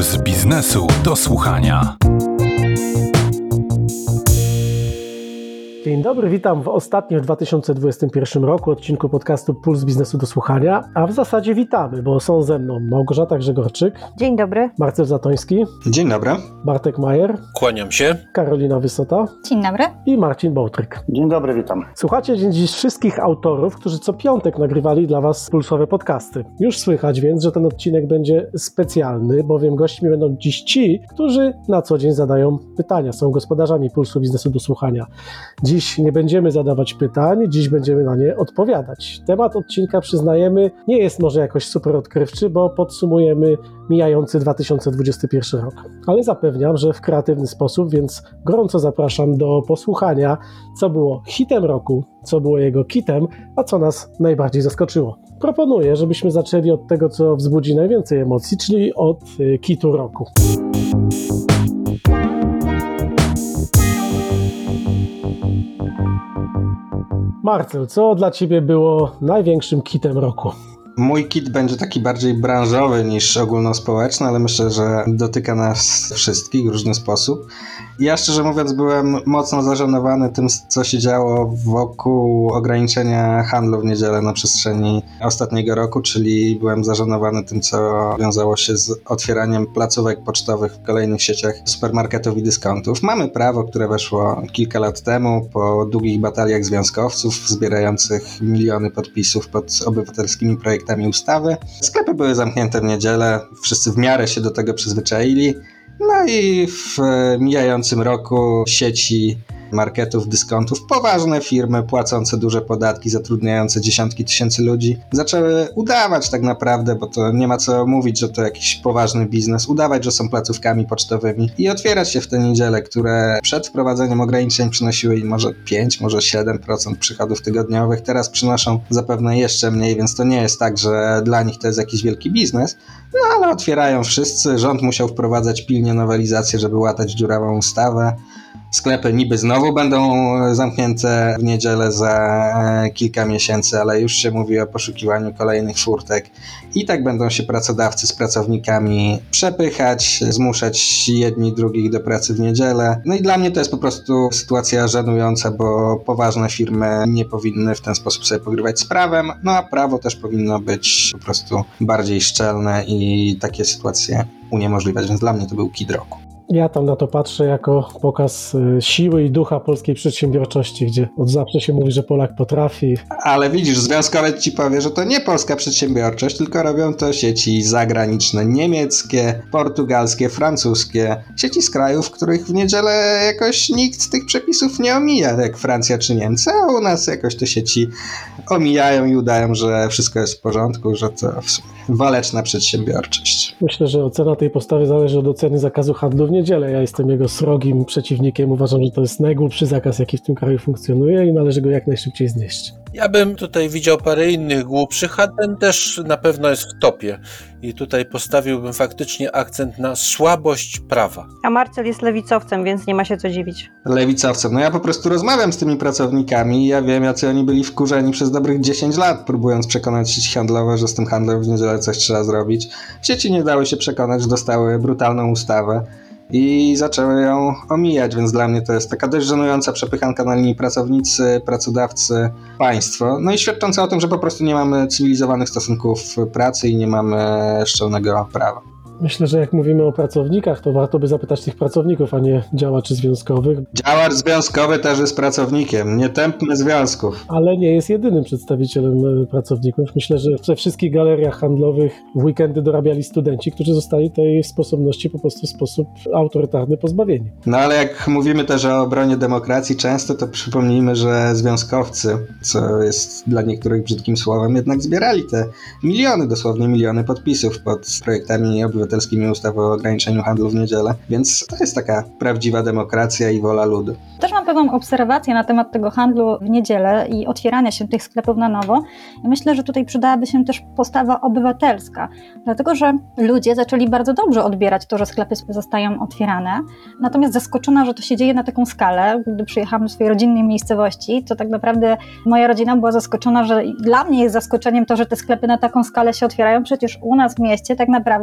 Puls biznesu do słuchania. Dzień dobry, witam w ostatnim w 2021 roku odcinku podcastu Puls biznesu do słuchania, a w zasadzie witamy, bo są ze mną Małgorzata Grzegorczyk. Dzień dobry. Marcel Zatoński. Dzień dobry. Bartek Majer. Kłaniam się. Karolina Wysota. Dzień dobry. I Marcin Bołtryk. Dzień dobry, witam. Słuchacie dziś wszystkich autorów, którzy co piątek nagrywali dla Was pulsowe podcasty. Już słychać więc, że ten odcinek będzie specjalny, bowiem gośćmi będą dziś ci, którzy na co dzień zadają pytania, są gospodarzami Pulsu biznesu do słuchania. Dziś nie będziemy zadawać pytań, dziś będziemy na nie odpowiadać. Temat odcinka, przyznajemy, nie jest może jakoś super odkrywczy, bo podsumujemy mijający 2021 rok. Ale zapewniam, że w kreatywny sposób, więc gorąco zapraszam do posłuchania, co było hitem roku, co było jego kitem, a co nas najbardziej zaskoczyło. Proponuję, żebyśmy zaczęli od tego, co wzbudzi najwięcej emocji, czyli od kitu roku. Marcel, co dla Ciebie było największym kitem roku? Mój kit będzie taki bardziej branżowy niż ogólnospołeczny, ale myślę, że dotyka nas wszystkich w różny sposób. Ja szczerze mówiąc byłem mocno zażenowany tym, co się działo wokół ograniczenia handlu w niedzielę na przestrzeni ostatniego roku, czyli byłem zażenowany tym, co wiązało się z otwieraniem placówek pocztowych w kolejnych sieciach supermarketów i dyskontów. Mamy prawo, które weszło kilka lat temu po długich bataliach związkowców zbierających miliony podpisów pod obywatelskimi projektami ustawy. Sklepy były zamknięte w niedzielę, wszyscy w miarę się do tego przyzwyczaili. No i w mijającym roku sieci marketów, dyskontów, poważne firmy płacące duże podatki, zatrudniające dziesiątki tysięcy ludzi, zaczęły udawać tak naprawdę, bo to nie ma co mówić, że to jakiś poważny biznes, udawać, że są placówkami pocztowymi i otwierać się w te niedziele, które przed wprowadzeniem ograniczeń przynosiły im może 5, może 7% przychodów tygodniowych, teraz przynoszą zapewne jeszcze mniej, więc to nie jest tak, że dla nich to jest jakiś wielki biznes, no ale otwierają wszyscy, rząd musiał wprowadzać pilnie nowelizację, żeby łatać dziurawą ustawę. Sklepy niby znowu będą zamknięte w niedzielę za kilka miesięcy, ale już się mówi o poszukiwaniu kolejnych furtek i tak będą się pracodawcy z pracownikami przepychać, zmuszać jedni drugich do pracy w niedzielę. No i dla mnie to jest po prostu sytuacja żenująca, bo poważne firmy nie powinny w ten sposób sobie pogrywać z prawem, no a prawo też powinno być po prostu bardziej szczelne i takie sytuacje uniemożliwiać, więc dla mnie to był kit roku. Ja tam na to patrzę jako pokaz siły i ducha polskiej przedsiębiorczości, gdzie od zawsze się mówi, że Polak potrafi. Ale widzisz, związkowiec ci powie, że to nie polska przedsiębiorczość, tylko robią to sieci zagraniczne, niemieckie, portugalskie, francuskie. Sieci z krajów, w których w niedzielę jakoś nikt tych przepisów nie omija, jak Francja czy Niemcy, a u nas jakoś te sieci omijają i udają, że wszystko jest w porządku, że to w sumie waleczna przedsiębiorczość. Myślę, że ocena tej postawy zależy od oceny zakazu handlu w niedzielę. Ja jestem jego srogim przeciwnikiem. Uważam, że to jest najgłupszy zakaz, jaki w tym kraju funkcjonuje i należy go jak najszybciej znieść. Ja bym tutaj widział parę innych głupszych, a ten też na pewno jest w topie. I tutaj postawiłbym faktycznie akcent na słabość prawa. A Marcel jest lewicowcem, więc nie ma się co dziwić. Lewicowcem. No ja po prostu rozmawiam z tymi pracownikami i ja wiem, jacy oni byli wkurzeni przez dobrych 10 lat, próbując przekonać sieci handlowe, że z tym handlem w niedzielę coś trzeba zrobić. Sieci nie dały się przekonać, że dostały brutalną ustawę i zaczęły ją omijać, więc dla mnie to jest taka dość żenująca przepychanka na linii pracownicy, pracodawcy, państwo. No i świadcząca o tym, że po prostu nie mamy cywilizowanych stosunków pracy i nie mamy szczelnego prawa. Myślę, że jak mówimy o pracownikach, to warto by zapytać tych pracowników, a nie działaczy związkowych. Działacz związkowy też jest pracownikiem, nie tępmy związków. Ale nie jest jedynym przedstawicielem pracowników. Myślę, że we wszystkich galeriach handlowych w weekendy dorabiali studenci, którzy zostali tej sposobności po prostu w sposób autorytarny pozbawieni. No ale jak mówimy też o obronie demokracji często, to przypomnijmy, że związkowcy, co jest dla niektórych brzydkim słowem, jednak zbierali te miliony, dosłownie miliony podpisów pod projektami obywatelskimi ustawy o ograniczeniu handlu w niedzielę, więc to jest taka prawdziwa demokracja i wola ludu. Też mam pewną obserwację na temat tego handlu w niedzielę i otwierania się tych sklepów na nowo. I myślę, że tutaj przydałaby się też postawa obywatelska, dlatego że ludzie zaczęli bardzo dobrze odbierać to, że sklepy zostają otwierane. Natomiast zaskoczona, że to się dzieje na taką skalę, gdy przyjechałam do swojej rodzinnej miejscowości, to tak naprawdę moja rodzina była zaskoczona, że dla mnie jest zaskoczeniem to, że te sklepy na taką skalę się otwierają. Przecież u nas w mieście tak naprawdę większość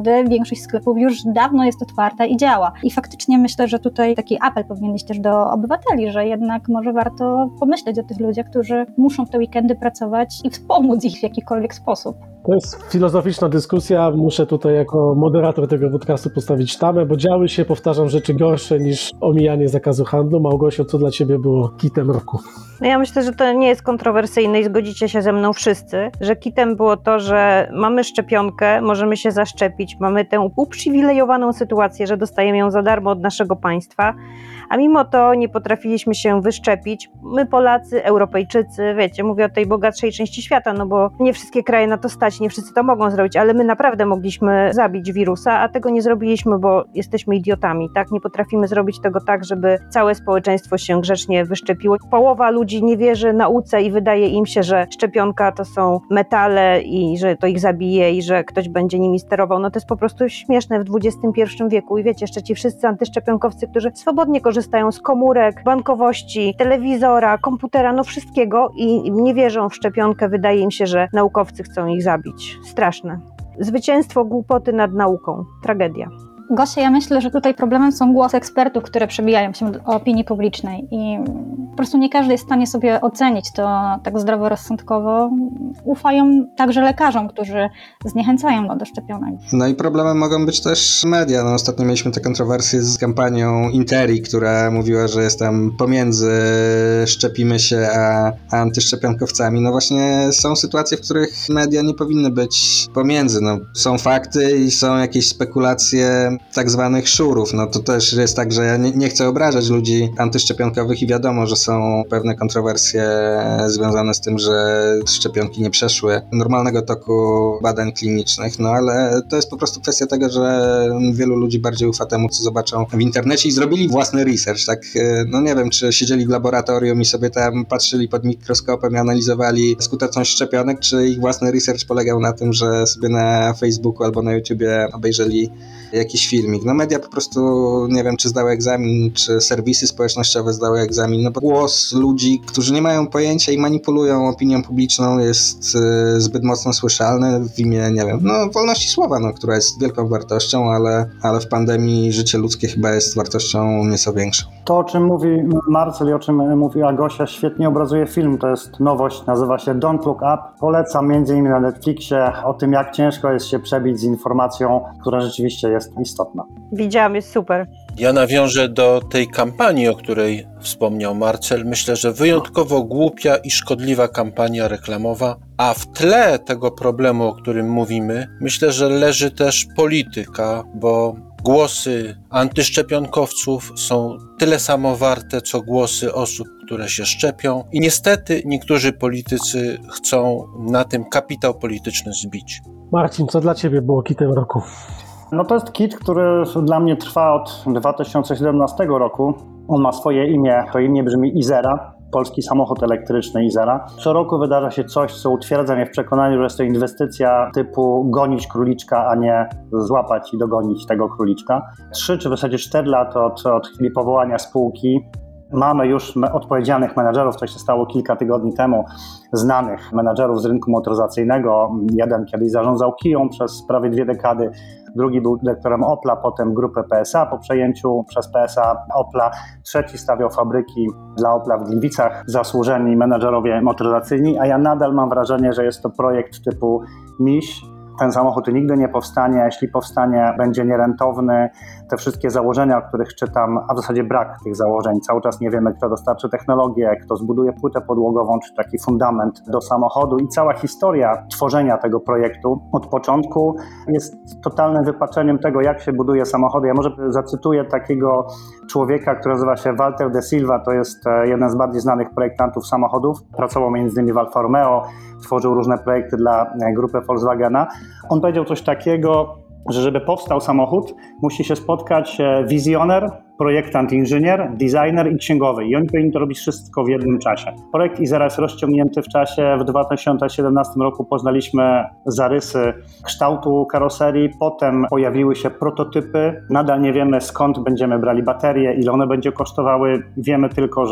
większość sklepów już dawno jest otwarta i działa. I faktycznie myślę, że tutaj taki apel powinien iść też do obywateli, że jednak może warto pomyśleć o tych ludziach, którzy muszą w te weekendy pracować i wspomóc ich w jakikolwiek sposób. To jest filozoficzna dyskusja. Muszę tutaj jako moderator tego podcastu postawić tamę, bo działy się, powtarzam, rzeczy gorsze niż omijanie zakazu handlu. Małgosio, co dla ciebie było kitem roku? No ja myślę, że to nie jest kontrowersyjne i zgodzicie się ze mną wszyscy, że kitem było to, że mamy szczepionkę, możemy się zaszczepić, mamy tę uprzywilejowaną sytuację, że dostajemy ją za darmo od naszego państwa, a mimo to nie potrafiliśmy się wyszczepić. My Polacy, Europejczycy, wiecie, mówię o tej bogatszej części świata, no bo nie wszystkie kraje na to stać, nie wszyscy to mogą zrobić, ale my naprawdę mogliśmy zabić wirusa, a tego nie zrobiliśmy, bo jesteśmy idiotami, tak? Nie potrafimy zrobić tego tak, żeby całe społeczeństwo się grzecznie wyszczepiło. Połowa ludzi nie wierzy nauce i wydaje im się, że szczepionka to są metale i że to ich zabije i że ktoś będzie nimi sterował. No to jest po prostu śmieszne w XXI wieku i wiecie, jeszcze ci wszyscy antyszczepionkowcy, którzy swobodnie korzystają z komórek, bankowości, telewizora, komputera, no wszystkiego i nie wierzą w szczepionkę. Wydaje im się, że naukowcy chcą ich zabić. Straszne. Zwycięstwo głupoty nad nauką. Tragedia. Gosia, ja myślę, że tutaj problemem są głosy ekspertów, które przebijają się do opinii publicznej i po prostu nie każdy jest w stanie sobie ocenić to tak zdroworozsądkowo. Ufają także lekarzom, którzy zniechęcają do szczepionek. No i problemem mogą być też media. No, ostatnio mieliśmy tę kontrowersję z kampanią Interi, która mówiła, że jest tam pomiędzy szczepimy się a antyszczepionkowcami. No właśnie są sytuacje, w których media nie powinny być pomiędzy. No, są fakty i są jakieś spekulacje tak zwanych szurów. No to też jest tak, że ja nie chcę obrażać ludzi antyszczepionkowych i wiadomo, że są pewne kontrowersje związane z tym, że szczepionki nie przeszły normalnego toku badań klinicznych, no ale to jest po prostu kwestia tego, że wielu ludzi bardziej ufa temu, co zobaczą w internecie i zrobili własny research, tak? No nie wiem, czy siedzieli w laboratorium i sobie tam patrzyli pod mikroskopem i analizowali skuteczność szczepionek, czy ich własny research polegał na tym, że sobie na Facebooku albo na YouTubie obejrzeli jakiś filmik. No media po prostu, nie wiem, czy zdały egzamin, czy serwisy społecznościowe zdały egzamin, no bo głos ludzi, którzy nie mają pojęcia i manipulują opinią publiczną jest zbyt mocno słyszalny w imię, nie wiem, no wolności słowa, no, która jest wielką wartością, ale w pandemii życie ludzkie chyba jest wartością nieco większą. To, o czym mówi Marcel i o czym mówiła Gosia, świetnie obrazuje film. To jest nowość, nazywa się Don't Look Up. Polecam m.in. na Netflixie o tym, jak ciężko jest się przebić z informacją, która rzeczywiście jest istotna. Widziałam, jest super. Ja nawiążę do tej kampanii, o której wspomniał Marcel. Myślę, że wyjątkowo głupia i szkodliwa kampania reklamowa, a w tle tego problemu, o którym mówimy, myślę, że leży też polityka, bo głosy antyszczepionkowców są tyle samo warte, co głosy osób, które się szczepią i niestety niektórzy politycy chcą na tym kapitał polityczny zbić. Marcin, co dla ciebie było kitem roku? No to jest kit, który dla mnie trwa od 2017 roku. On ma swoje imię, to imię brzmi Izera, polski samochód elektryczny Izera. Co roku wydarza się coś, co utwierdza mnie w przekonaniu, że jest to inwestycja typu gonić króliczka, a nie złapać i dogonić tego króliczka. 3 czy w zasadzie 4 lata od chwili powołania spółki mamy już odpowiedzialnych menadżerów, to się stało kilka tygodni temu, znanych menadżerów z rynku motoryzacyjnego. Jeden kiedyś zarządzał Kiją przez prawie 2 dekady, drugi był dyrektorem Opla, potem grupy PSA po przejęciu przez PSA Opla, trzeci stawiał fabryki dla Opla w Gliwicach, zasłużeni menadżerowie motoryzacyjni, a ja nadal mam wrażenie, że jest to projekt typu miś. Ten samochód nigdy nie powstanie, a jeśli powstanie, będzie nierentowny. Te wszystkie założenia, o których czytam, a w zasadzie brak tych założeń. Cały czas nie wiemy, kto dostarczy technologię, kto zbuduje płytę podłogową, czy taki fundament do samochodu. I cała historia tworzenia tego projektu od początku jest totalnym wypaczeniem tego, jak się buduje samochody. Ja może zacytuję takiego człowieka, który nazywa się Walter de Silva. To jest jeden z bardziej znanych projektantów samochodów. Pracował m.in. w Alfa Romeo, tworzył różne projekty dla grupy Volkswagena. On powiedział coś takiego, że żeby powstał samochód, musi się spotkać wizjoner, projektant, inżynier, designer i księgowy. I oni powinni to robić wszystko w jednym czasie. Projekt Izera jest rozciągnięty w czasie. W 2017 roku poznaliśmy zarysy kształtu karoserii. Potem pojawiły się prototypy. Nadal nie wiemy, skąd będziemy brali baterie, ile one będzie kosztowały. Wiemy tylko, że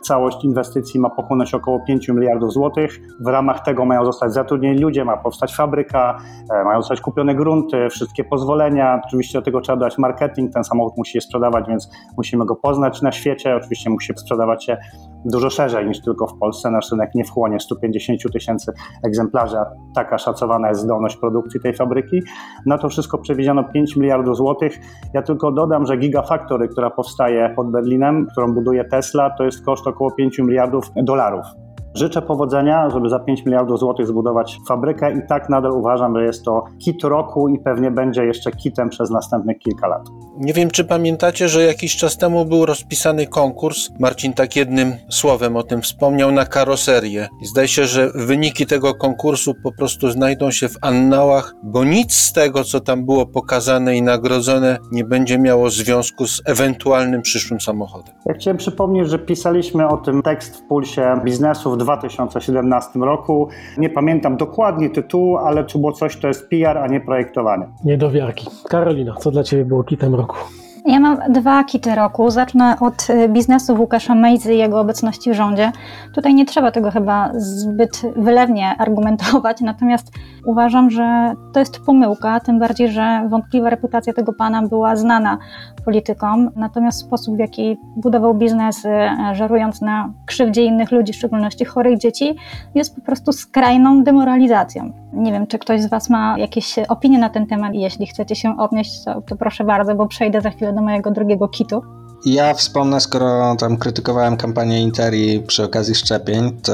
Całość inwestycji ma pochłonąć około 5 miliardów złotych. W ramach tego mają zostać zatrudnieni ludzie, ma powstać fabryka, mają zostać kupione grunty, wszystkie pozwolenia. Oczywiście do tego trzeba dodać marketing, ten samochód musi się sprzedawać, więc musimy go poznać na świecie. Oczywiście musi sprzedawać się dużo szerzej niż tylko w Polsce. Nasz rynek nie wchłonie 150 000 egzemplarzy, a taka szacowana jest zdolność produkcji tej fabryki. Na to wszystko przewidziano 5 miliardów złotych. Ja tylko dodam, że Gigafactory, która powstaje pod Berlinem, którą buduje Tesla, to jest koszt około 5 miliardów dolarów. Życzę powodzenia, żeby za 5 miliardów złotych zbudować fabrykę i tak nadal uważam, że jest to kit roku i pewnie będzie jeszcze kitem przez następnych kilka lat. Nie wiem, czy pamiętacie, że jakiś czas temu był rozpisany konkurs. Marcin tak jednym słowem o tym wspomniał, na karoserię. I zdaje się, że wyniki tego konkursu po prostu znajdą się w annałach, bo nic z tego, co tam było pokazane i nagrodzone, nie będzie miało związku z ewentualnym przyszłym samochodem. Ja chciałem przypomnieć, że pisaliśmy o tym tekst w Pulsie Biznesu w 2017 roku. Nie pamiętam dokładnie tytułu, ale to było coś, to jest PR, a nie projektowanie. Niedowiarki. Karolina, co dla Ciebie było kitem roku? Ja mam 2 kity roku. Zacznę od biznesu Łukasza Mejzy i jego obecności w rządzie. Tutaj nie trzeba tego chyba zbyt wylewnie argumentować, natomiast uważam, że to jest pomyłka, tym bardziej, że wątpliwa reputacja tego pana była znana politykom, natomiast sposób, w jaki budował biznes, żerując na krzywdzie innych ludzi, w szczególności chorych dzieci, jest po prostu skrajną demoralizacją. Nie wiem, czy ktoś z Was ma jakieś opinie na ten temat i jeśli chcecie się odnieść, to proszę bardzo, bo przejdę za chwilę do mojego drugiego kitu. Ja wspomnę, skoro tam krytykowałem kampanię Interi przy okazji szczepień, to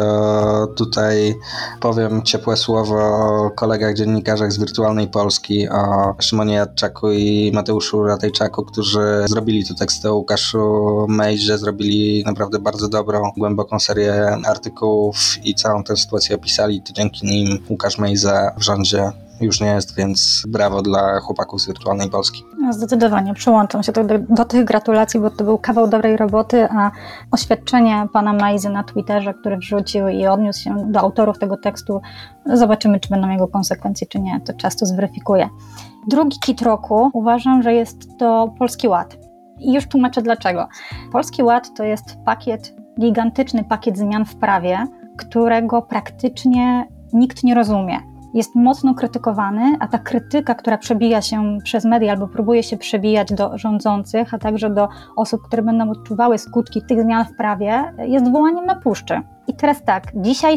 tutaj powiem ciepłe słowo o kolegach dziennikarzach z Wirtualnej Polski, o Szymonie Jadczaku i Mateuszu Ratajczaku, którzy zrobili tu teksty o Łukaszu Mejzie, zrobili naprawdę bardzo dobrą, głęboką serię artykułów i całą tę sytuację opisali. To dzięki nim Łukasz Mejza w rządzie już nie jest, więc brawo dla chłopaków z Wirtualnej Polski. No, zdecydowanie, przyłączam się do tych gratulacji, bo to był kawał dobrej roboty, a oświadczenie pana Mejzy na Twitterze, który wrzucił i odniósł się do autorów tego tekstu, zobaczymy, czy będą jego konsekwencje, czy nie, to czas to zweryfikuje. Drugi kit roku uważam, że jest to Polski Ład. I już tłumaczę dlaczego. Polski Ład to jest gigantyczny pakiet zmian w prawie, którego praktycznie nikt nie rozumie. Jest mocno krytykowany, a ta krytyka, która przebija się przez media albo próbuje się przebijać do rządzących, a także do osób, które będą odczuwały skutki tych zmian w prawie, jest wołaniem na puszczy. I teraz tak, dzisiaj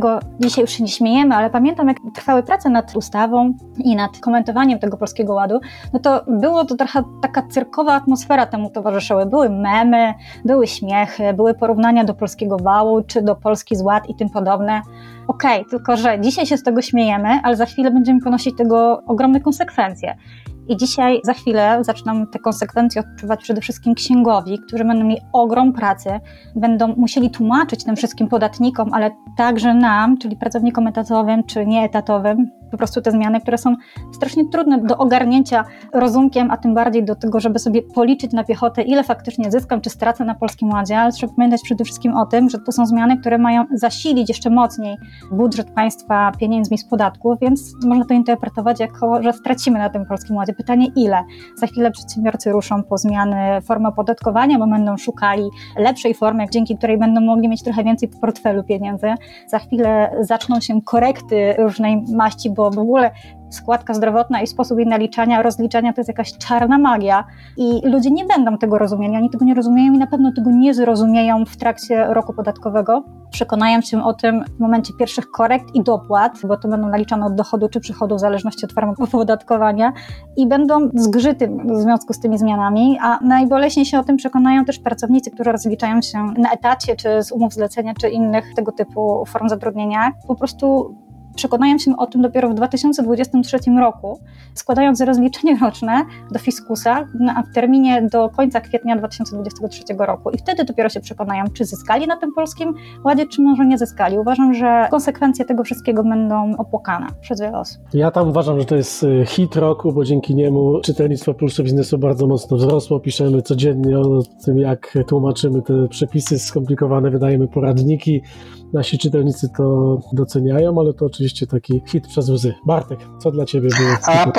już się nie śmiejemy, ale pamiętam, jak trwały prace nad ustawą i nad komentowaniem tego Polskiego Ładu, no to było to trochę taka cyrkowa atmosfera temu towarzyszyły. Były memy, były śmiechy, były porównania do Polskiego Wału, czy do Polski z Ład i tym podobne. Okej, tylko że dzisiaj się z tego śmiejemy, ale za chwilę będziemy ponosić tego ogromne konsekwencje. I dzisiaj, za chwilę zaczną te konsekwencje odczuwać przede wszystkim księgowi, którzy będą mieli ogrom pracy, będą musieli tłumaczyć tym wszystkim podatnikom, ale także nam, czyli pracownikom etatowym czy nieetatowym, po prostu te zmiany, które są strasznie trudne do ogarnięcia rozumkiem, a tym bardziej do tego, żeby sobie policzyć na piechotę, ile faktycznie zyskam czy stracę na Polskim Ładzie, ale trzeba pamiętać przede wszystkim o tym, że to są zmiany, które mają zasilić jeszcze mocniej budżet państwa pieniędzmi z podatków, więc można to interpretować jako, że stracimy na tym Polskim Ładzie. Pytanie ile? Za chwilę przedsiębiorcy ruszą po zmiany formy opodatkowania, bo będą szukali lepszej formy, dzięki której będą mogli mieć trochę więcej w portfelu pieniędzy. Za chwilę zaczną się korekty różnej maści, bo w ogóle składka zdrowotna i sposób jej naliczania, rozliczania to jest jakaś czarna magia i ludzie nie będą tego rozumieli, oni tego nie rozumieją i na pewno tego nie zrozumieją w trakcie roku podatkowego. Przekonają się o tym w momencie pierwszych korekt i dopłat, bo to będą naliczane od dochodu czy przychodu w zależności od formy opodatkowania i będą zgrzyty w związku z tymi zmianami, a najboleśniej się o tym przekonają też pracownicy, którzy rozliczają się na etacie, czy z umów zlecenia, czy innych tego typu form zatrudnienia. Po prostu przekonają się o tym dopiero w 2023 roku, składając rozliczenie roczne do fiskusa w terminie do końca kwietnia 2023 roku. I wtedy dopiero się przekonają, czy zyskali na tym Polskim Ładzie, czy może nie zyskali. Uważam, że konsekwencje tego wszystkiego będą opłakane przez wiele osób. Ja tam uważam, że to jest hit roku, bo dzięki niemu czytelnictwo Pulsu Biznesu bardzo mocno wzrosło. Piszemy codziennie o tym, jak tłumaczymy te przepisy skomplikowane, wydajemy poradniki. Nasi czytelnicy to doceniają, ale to oczywiście taki hit przez łzy. Bartek, co dla Ciebie było? A poczekaj,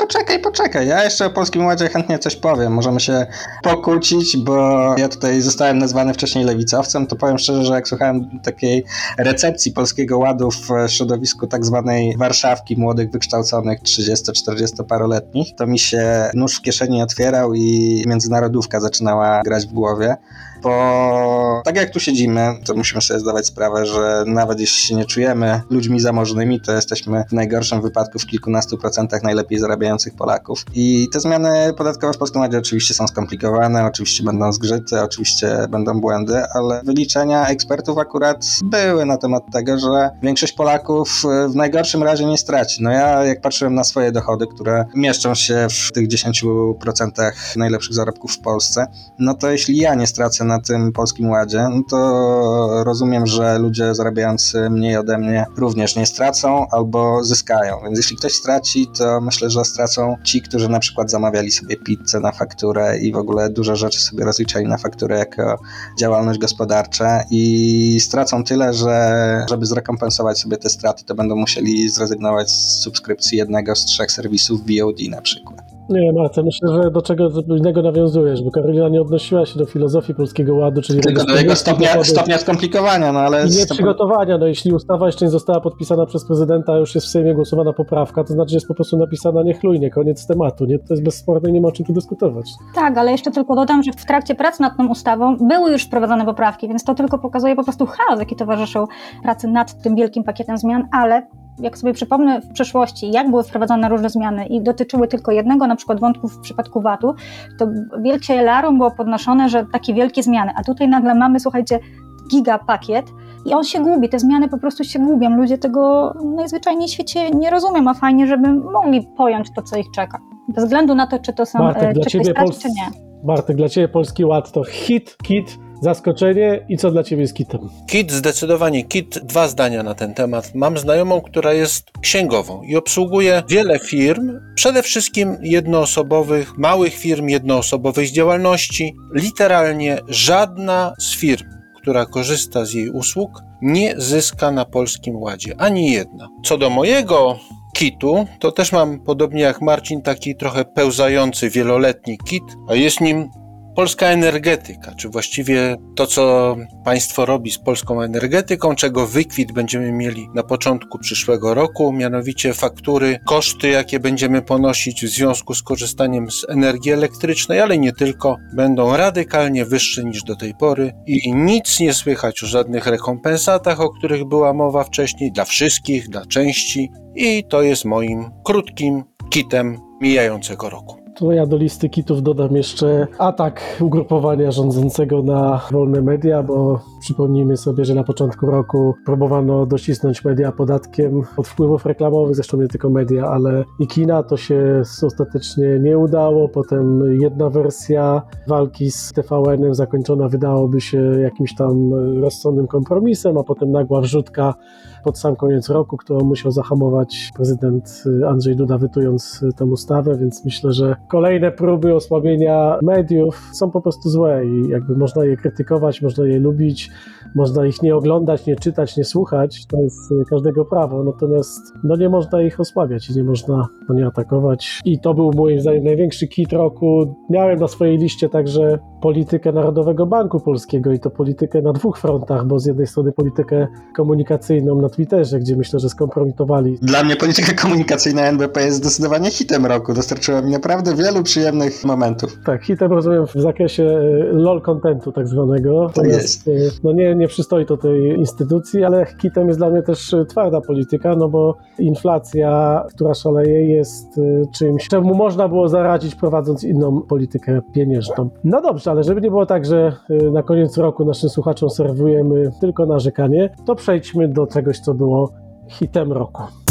poczekaj. Ja jeszcze o Polskim Ładzie chętnie coś powiem. Możemy się pokłócić, bo ja tutaj zostałem nazwany wcześniej lewicowcem, to powiem szczerze, że jak słuchałem takiej recepcji Polskiego Ładu w środowisku tak zwanej Warszawki młodych, wykształconych 30-40 paroletnich, to mi się nóż w kieszeni otwierał i międzynarodówka zaczynała grać w głowie. Bo tak jak tu siedzimy, to musimy sobie zdawać sprawę, że nawet jeśli się nie czujemy ludźmi zamożnymi, to jesteśmy w najgorszym wypadku w kilkunastu procentach najlepiej zarabiających Polaków. I te zmiany podatkowe w Polskim Ładzie oczywiście są skomplikowane, oczywiście będą zgrzyty, oczywiście będą błędy, ale wyliczenia ekspertów akurat były na temat tego, że większość Polaków w najgorszym razie nie straci. No ja jak patrzyłem na swoje dochody, które mieszczą się w tych 10% najlepszych zarobków w Polsce, no to jeśli ja nie stracę na tym Polskim Ładzie, no to rozumiem, że ludzie zarabiający mniej ode mnie również nie stracą albo zyskają. Więc jeśli ktoś straci, to myślę, że stracą ci, którzy na przykład zamawiali sobie pizzę na fakturę i w ogóle duże rzeczy sobie rozliczali na fakturę jako działalność gospodarcza i stracą tyle, że żeby zrekompensować sobie te straty, to będą musieli zrezygnować z subskrypcji jednego z 3 serwisów VOD na przykład. Nie, Marta, myślę, że do czego innego nawiązujesz, bo Karolina nie odnosiła się do filozofii Polskiego Ładu, czyli tylko do jego stopnia skomplikowania, no ale... I nieprzygotowania, no jeśli ustawa jeszcze nie została podpisana przez prezydenta, a już jest w Sejmie głosowana poprawka, to znaczy, że jest po prostu napisana niechlujnie, koniec tematu, nie? To jest bezsporne i nie ma o czym tu dyskutować. Tak, ale jeszcze tylko dodam, że w trakcie prac nad tą ustawą były już wprowadzone poprawki, więc to tylko pokazuje po prostu chaos, jaki towarzyszył pracy nad tym wielkim pakietem zmian, ale jak sobie przypomnę w przeszłości, jak były wprowadzane różne zmiany i dotyczyły tylko jednego na przykład wątku w przypadku VAT-u, to wielkie larum było podnoszone, że takie wielkie zmiany, a tutaj nagle mamy, słuchajcie, gigapakiet i on się gubi, te zmiany po prostu się gubią, ludzie tego najzwyczajniej w świecie nie rozumią, a fajnie, żeby mogli pojąć to, co ich czeka, bez względu na to, czy to są, Bartek, czy ktoś straci, czy nie. Bartek, dla Ciebie Polski Ład to hit, zaskoczenie i co dla Ciebie jest kitem? KIT, zdecydowanie KIT. 2 zdania na ten temat. Mam znajomą, która jest księgową i obsługuje wiele firm, przede wszystkim jednoosobowych, małych firm jednoosobowej z działalności. Literalnie żadna z firm, która korzysta z jej usług, nie zyska na Polskim Ładzie. Ani jedna. Co do mojego KIT-u, to też mam, podobnie jak Marcin, taki trochę pełzający, wieloletni KIT, a jest nim polska energetyka, czy właściwie to, co państwo robi z polską energetyką, czego wykwit będziemy mieli na początku przyszłego roku, mianowicie faktury, koszty, jakie będziemy ponosić w związku z korzystaniem z energii elektrycznej, ale nie tylko, będą radykalnie wyższe niż do tej pory i nic nie słychać o żadnych rekompensatach, o których była mowa wcześniej, dla wszystkich, dla części i to jest moim krótkim kitem mijającego roku. To ja do listy kitów dodam jeszcze atak ugrupowania rządzącego na wolne media, bo przypomnijmy sobie, że na początku roku próbowano docisnąć media podatkiem od wpływów reklamowych, zresztą nie tylko media, ale i kina. To się ostatecznie nie udało. Potem jedna wersja walki z TVN-em zakończona wydałoby się jakimś tam rozsądnym kompromisem, a potem nagła wrzutka pod sam koniec roku, którą musiał zahamować prezydent Andrzej Duda, wetując tę ustawę, więc myślę, że kolejne próby osłabienia mediów są po prostu złe i jakby można je krytykować, można je lubić, można ich nie oglądać, nie czytać, nie słuchać, to jest każdego prawo, natomiast nie można ich osłabiać i nie można nie atakować. I to był moim zdaniem największy kit roku. Miałem na swojej liście także politykę Narodowego Banku Polskiego i to politykę na 2 frontach, bo z jednej strony politykę komunikacyjną na Twitterze, gdzie myślę, że skompromitowali. Dla mnie polityka komunikacyjna NBP jest zdecydowanie hitem roku. Dostarczyła mi naprawdę wielu przyjemnych momentów. Tak, hitem rozumiem w zakresie LOL contentu tak zwanego. To jest. Nie przystoi to tej instytucji, ale hitem jest dla mnie też twarda polityka, bo inflacja, która szaleje, jest czymś, czemu można było zaradzić, prowadząc inną politykę pieniężną. No dobrze, ale żeby nie było tak, że na koniec roku naszym słuchaczom serwujemy tylko narzekanie, to przejdźmy do czegoś, co było hitem roku.